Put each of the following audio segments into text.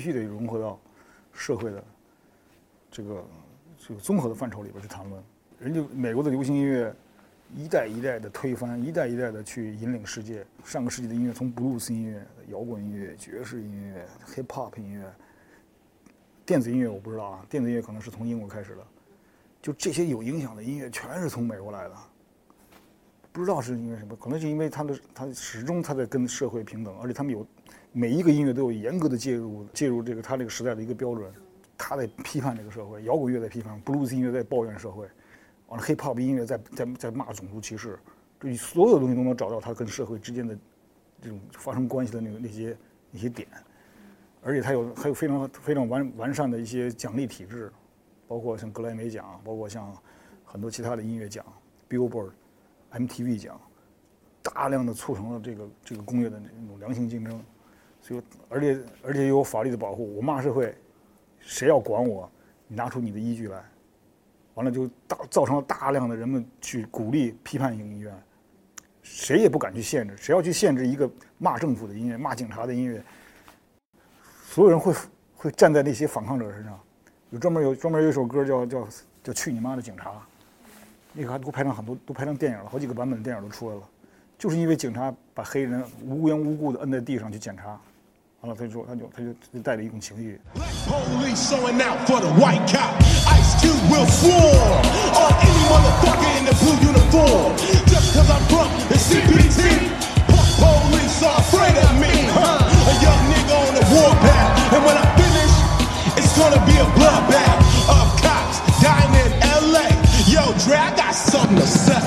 须得融合到社会的这个综合的范畴里边去谈论。人家美国的流行音乐一代一代的推翻，一代一代的去引领世界。上个世纪的音乐，从布鲁斯音乐、摇滚音乐、爵士音乐、hip hop 音乐、电子音乐，我不知道啊，电子音乐可能是从英国开始的。就这些有影响的音乐，全是从美国来的。不知道是因为什么，可能是因为他始终他在跟社会平等，而且他们有每一个音乐都有严格的介入这个他这个时代的一个标准，他在批判这个社会，摇滚乐在批判，布鲁斯音乐在抱怨社会，完了 hip hop 音乐在骂种族歧视，这所有东西都能找到他跟社会之间的这种发生关系的那些点，而且还有非常非常完善的一些奖励体制，包括像格莱美奖，包括像很多其他的音乐奖 ，Billboard、MTV 奖，大量的促成了这个工业的那种良性竞争，所以而且又有法律的保护。我骂社会，谁要管我，你拿出你的依据来，完了就造成了大量的人们去鼓励批判性音乐，谁也不敢去限制，谁要去限制一个骂政府的音乐、骂警察的音乐，所有人会站在那些反抗者身上。专门有一首歌叫去你妈的警察，那个还都拍成电影了，好几个版本的电影都出来了，就是因为警察把黑人无缘无故的摁在地上去检查，完了他就带着一种情绪。 It's gonna be a bloodbath of cops dying in LA. Yo, Dre, I got something to say.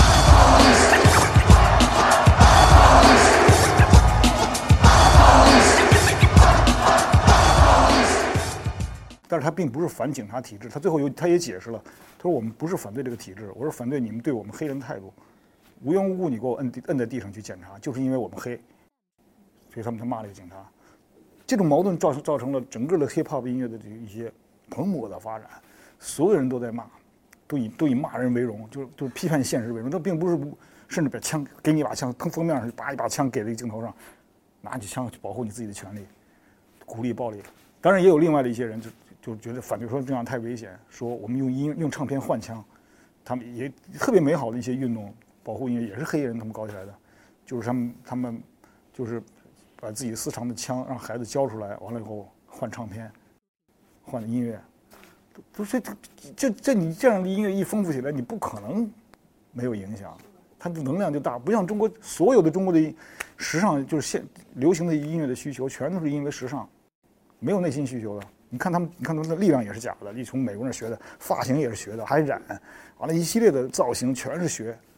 但是他并不是反警察体制，他最后他也解释了，他说我们不是反对这个体制，我是反对你们对我们黑人的态度，无缘无故你给我摁在地上去检查，就是因为我们黑，所以他骂这个警察。这种矛盾造成了整个的 hip hop 音乐的一些蓬勃的发展，所有人都在骂，都以骂人为荣，就是批判现实为荣。这并不是甚至把枪给你一把枪，封面上拔一把枪给这个镜头上，拿起枪去保护你自己的权利，鼓励暴力。当然也有另外的一些人就觉得反对，说这样太危险，说我们用唱片换枪，他们也特别美好的一些运动，保护音乐也是黑人他们搞起来的，就是他们就是把自己私藏的枪让孩子交出来，完了以后换唱片，换的音乐，不是这你这样的音乐一丰富起来，你不可能没有影响，它的能量就大。不像中国所有的中国的时尚，就是流行的音乐的需求，全都是因为时尚，没有内心需求的。你看他们的力量也是假的，你从美国人学的，发型也是学的，还染，完了一系列的造型全是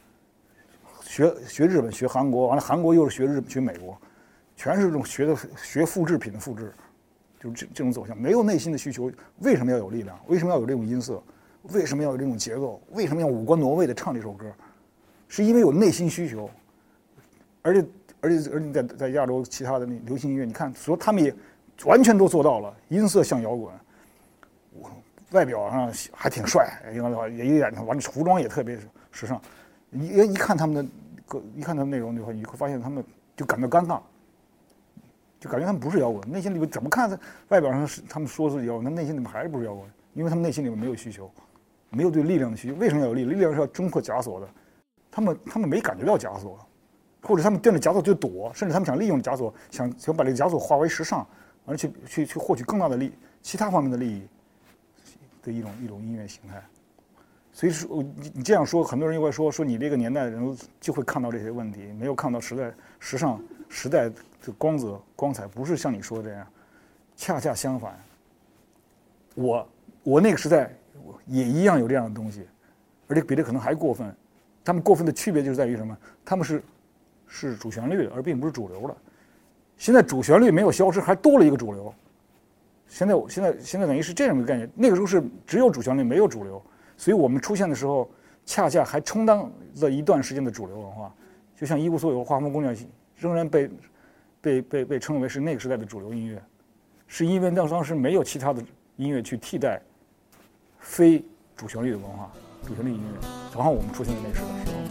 学日本学韩国，完了韩国又是学日本学美国。全是这种学复制品的复制，就是这种走向，没有内心的需求。为什么要有力量？为什么要有这种音色？为什么要有这种节奏？为什么要五官挪位的唱这首歌？是因为有内心需求。而且在亚洲其他的那流行音乐，你看，他们也完全都做到了，音色像摇滚，外表上还挺帅，也有点完了，服装也特别时尚。一看他们的内容的话，你会发现他们就感到尴尬。就感觉他们不是摇滚，内心里面怎么看外表上是他们说是摇滚，但内心里面还是不是摇滚，因为他们内心里面没有需求，没有对力量的需求。为什么要有力量？力量是要挣破枷锁的，他们没感觉到枷锁，或者他们见着枷锁就躲，甚至他们想利用枷锁，想把这个枷锁化为时尚，而去获取更大的其他方面的利益的一种音乐形态。所以说你这样说，很多人又会说你这个年代的人就会看到这些问题，没有看到时尚时代的光彩，不是像你说的这样，恰恰相反。我那个时代也一样有这样的东西，而且比这可能还过分。他们过分的区别就是在于什么？他们是主旋律的，而并不是主流的。现在主旋律没有消失，还多了一个主流。现在等于是这样一个概念。那个时候是只有主旋律，没有主流。所以我们出现的时候，恰恰还充当了一段时间的主流文化，就像《一无所有》《画风姑娘》仍然被称为是那个时代的主流音乐，是因为当时没有其他的音乐去替代非主旋律的文化、主旋律音乐，正好我们出现在那个时代的时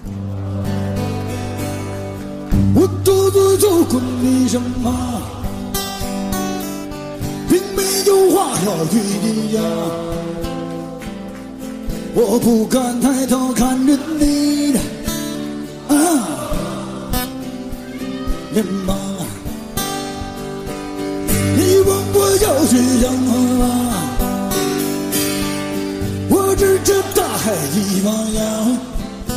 候。我独自走过你人马，比并没有话要对你讲，我不敢抬头看着你的脸庞，你问我要去向何方，我指着大海一望洋。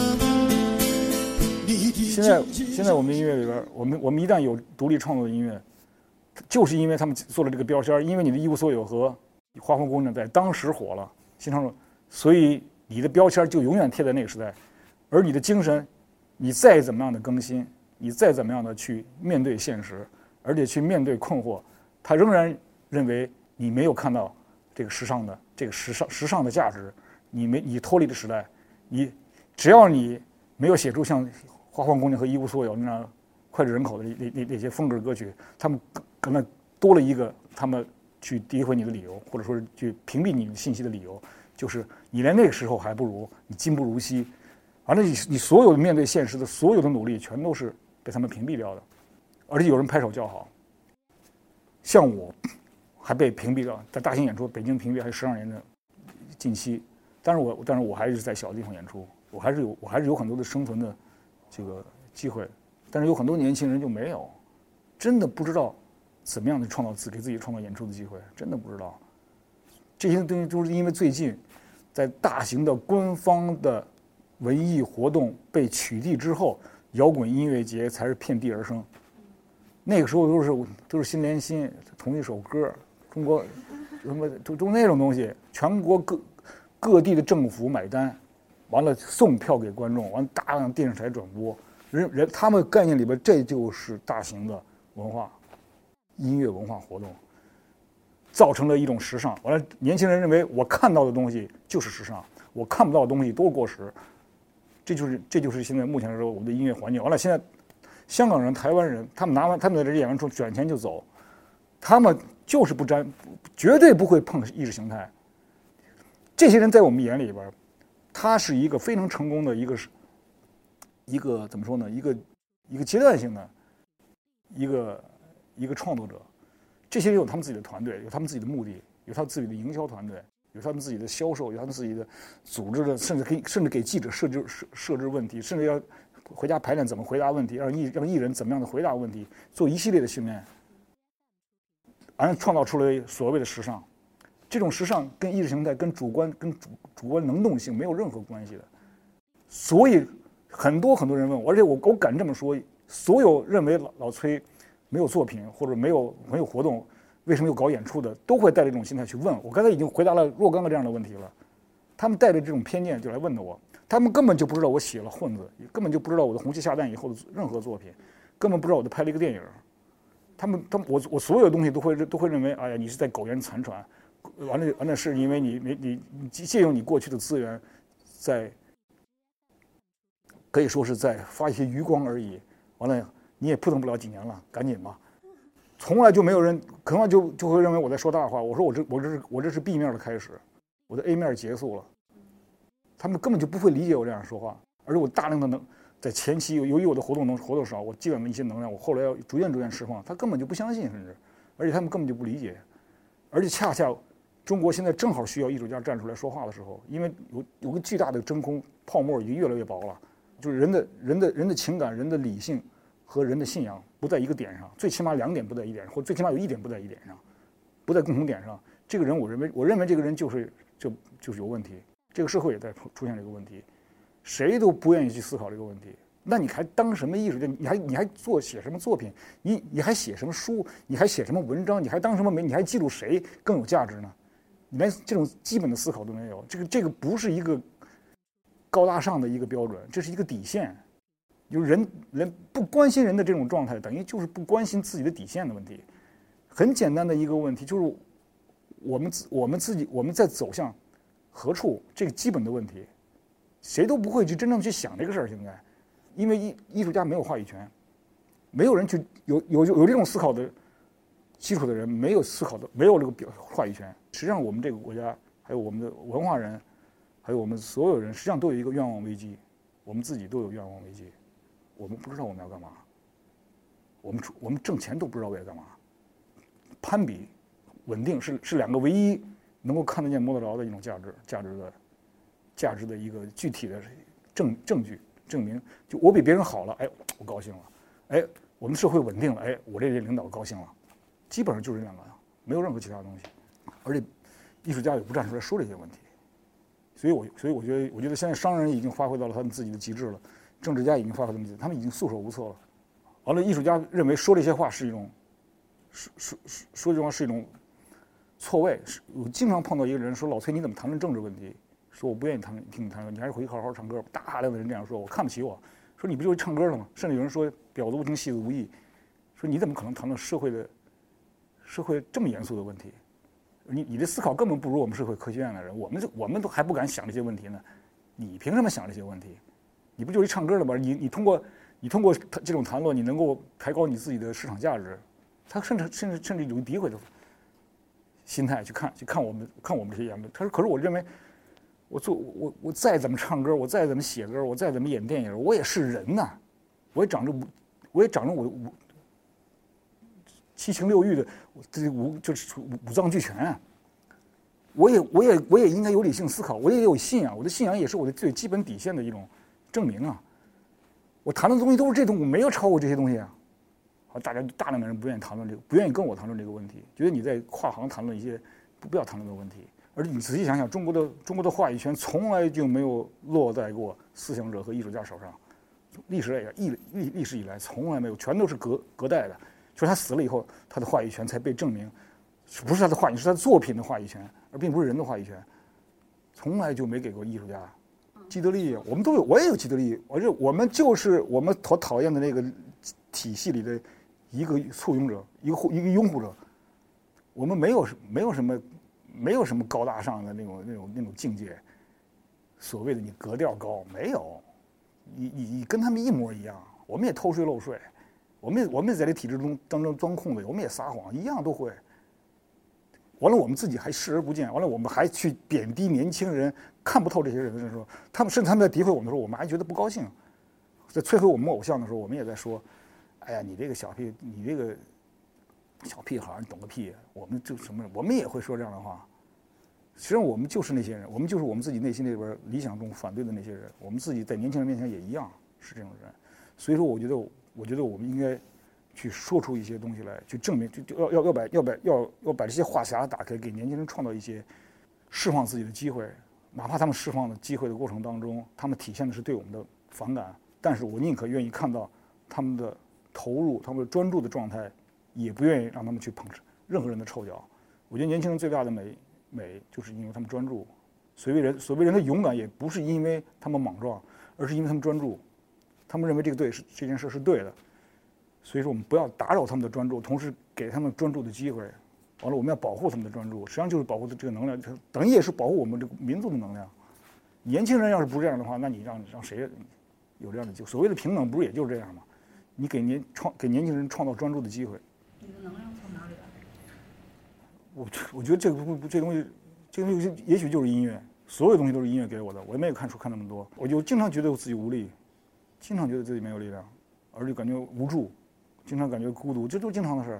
现在我们音乐里边，我们一旦有独立创作的音乐，就是因为他们做了这个标签，因为你的一无所有和花花公子在当时火了，新创作，所以你的标签就永远贴在那个时代，而你的精神，你再怎么样的更新，你再怎么样的去面对现实，而且去面对困惑，他仍然认为你没有看到这个时尚的价值，你脱离了时代，只要你没有写出像花花公子和一无所有那样脍炙人口的那些风格歌曲，他们可能多了一个他们去诋毁你的理由，或者说是去屏蔽你的信息的理由，就是你连那个时候还不如，你今不如昔，完了你所有的面对现实的所有的努力全都是被他们屏蔽掉的，而且有人拍手叫好，像我还被屏蔽掉，在大型演出北京屏蔽还有12年的近期，但是我还是在小地方演出，我还是有很多的生存的这个机会，但是有很多年轻人就没有，真的不知道怎么样的创造给自己创造演出的机会，真的不知道。这些东西都是因为最近在大型的官方的文艺活动被取缔之后，摇滚音乐节才是遍地而生。那个时候都是心连心，同一首歌，中国什么都那种东西，全国各地的政府买单，完了送票给观众，完了大量电视台转播，他们概念里边这就是大型的文化音乐文化活动，造成了一种时尚。完了，年轻人认为我看到的东西就是时尚，我看不到的东西都是过时。这就是现在目前来说我们的音乐环境。完了，现在香港人、台湾人，他们在这演完出卷钱就走，他们就是绝对不会碰意识形态。这些人在我们眼里边，他是一个非常成功的一个怎么说呢？一个阶段性的一个创作者。这些人有他们自己的团队，有他们自己的目的，有他们自己的营销团队，有他们自己的销售，有他们自己的组织的，甚至给记者设置问题，甚至要回家排练怎么回答问题，让艺人怎么样的回答问题，做一系列的训练，而创造出来所谓的时尚。这种时尚跟意识形态、跟主观能动性没有任何关系的。所以很多人问我，而且我敢这么说，所有认为老崔没有作品或者没有活动，为什么又搞演出的，都会带着这种心态去问我。刚才已经回答了若干个这样的问题了，他们带着这种偏见就来问的我，他们根本就不知道我写了混子，根本就不知道我的红旗下蛋以后的任何作品，根本不知道我拍了一个电影。我所有的东西都会认为，哎呀，你是在苟延残喘，完了是因为你借用你过去的资源，可以说是在发一些余光而已。完了你也扑腾不了几年了，赶紧吧。从来就没有人可能就会认为我在说大话。我说我这是 B 面的开始，我的 A 面结束了。他们根本就不会理解我这样说话，而且我大量的在前期由于我的活动少，我积攒了一些能量，我后来要逐渐释放，他根本就不相信，甚至而且他们根本就不理解。而且恰恰中国现在正好需要艺术家站出来说话的时候，因为有个巨大的真空泡沫已经越来越薄了，就是人的情感、人的理性和人的信仰不在一个点上，最起码2点不在一点上，或最起码有1点不在一点上，不在共同点上。这个人我认为这个人就是有问题，这个社会也在出现这个问题，谁都不愿意去思考这个问题。那你还当什么艺术家？你还写什么作品？你还写什么书？你还写什么文章？你还当什么媒？你还记录谁更有价值呢？你连这种基本的思考都没有。这个不是一个高大上的一个标准，这是一个底线。就是人不关心人的这种状态，等于就是不关心自己的底线的问题。很简单的一个问题，就是我们在走向何处这个基本的问题，谁都不会去真正去想这个事儿。现在，因为艺术家没有话语权，没有人去有这种思考的基础的人，没有这个话语权。实际上，我们这个国家还有我们的文化人，还有我们所有人，实际上都有一个愿望危机。我们自己都有愿望危机，我们不知道我们要干嘛，我们挣钱都不知道为了干嘛，攀比， 稳定是两个唯一能够看得见摸得着的一种价值的一个具体的证据证明。就我比别人好了，哎，我高兴了，哎，我们社会稳定了，哎，我这些领导高兴了，基本上就是这两个，没有任何其他东西。而且艺术家也不站出来说这些问题，所以我觉得现在商人已经发挥到了他们自己的极致了，政治家已经发挥到他们已经束手无策了。完了，艺术家认为说这些话是一种说这话是一种错位。我经常碰到一个人说：“老崔，你怎么谈论政治问题？”说我不愿意听你谈论，你还是回去好好唱歌。大量的人这样说，我看不起我。说你不就是唱歌的吗？甚至有人说婊子无情，戏子无义。说你怎么可能谈论社会这么严肃的问题？你的思考根本不如我们社会科学院的人，我们都还不敢想这些问题呢，你凭什么想这些问题？你不就是一唱歌的吗？你通过这种谈论，你能够抬高你自己的市场价值，他甚至有诋毁的心态去看我们这些言论。可是我认为，我再怎么唱歌，我再怎么写歌，我再怎么演电影，我也是人呐，我也长着我七情六欲的就是五脏俱全啊。我也应该有理性思考，我也有信仰，我的信仰也是我的最基本底线的一种证明啊。我谈论的东西都是这种，我没有超过这些东西啊。好，大量的人不愿意谈论这个，不愿意跟我谈论这个问题，觉得你在跨行谈论一些不要谈论的问题。而且你仔细想想，中国的话语权从来就没有落在过思想者和艺术家手上，历史以来从来没有，全都是隔代的。就是他死了以后，他的话语权才被证明，不是他的话语，是他作品的话语权，而并不是人的话语权，从来就没给过艺术家。既得利益，我们都有，我也有既得利益，我们就是我们所讨厌的那个体系里的一个簇拥者，一个拥护者。我们没有什么高大上的那种境界，所谓的你格调高没有，你跟他们一模一样，我们也偷税漏税，我们也在这体制当中钻空子，我们也撒谎，一样都会。完了，我们自己还视而不见，完了，我们还去贬低年轻人，看不透这些人的时候，甚至他们在诋毁我们的时候，我们还觉得不高兴。在摧毁我们偶像的时候，我们也在说：“哎呀，你这个小屁孩，你懂个屁！”我们就什么，我们也会说这样的话。实际上，我们就是那些人，我们就是我们自己内心里边理想中反对的那些人。我们自己在年轻人面前也一样是这种人。所以说，我觉得我们应该去说出一些东西来，去证明，要把这些话匣打开，给年轻人创造一些释放自己的机会。哪怕他们释放的机会的过程当中，他们体现的是对我们的反感，但是我宁可愿意看到他们的投入，他们的专注的状态，也不愿意让他们去捧任何人的臭脚。我觉得年轻人最大的美就是因为他们专注。所谓人的勇敢，也不是因为他们莽撞，而是因为他们专注。他们认为这件事是对的。所以说，我们不要打扰他们的专注，同时给他们专注的机会。完了，我们要保护他们的专注，实际上就是保护这个能量，等于也是保护我们这个民族的能量。年轻人要是不这样的话，那你让谁有这样的机会？所谓的平等，不是也就是这样吗？你给年轻人创造专注的机会。 你的能量从哪里来？ 我觉得这东西也许就是音乐，所有东西都是音乐给我的。我也没有看那么多，我就经常觉得我自己无力，经常觉得自己没有力量，而且感觉无助，经常感觉孤独，这都是经常的事儿。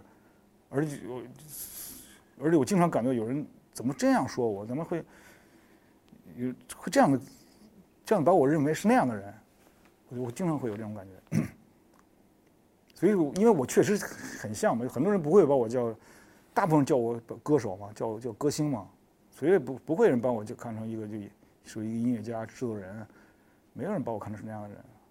而且我经常感到有人怎么这样说我，怎么会这样把我认为是那样的人，我经常会有这种感觉。所以因为我确实很像嘛，很多人不会把我叫，大部分人叫我歌手嘛，叫歌星嘛，所以不会人把我就看成一个就属于一个音乐家、制作人，没有人把我看成是那样的人。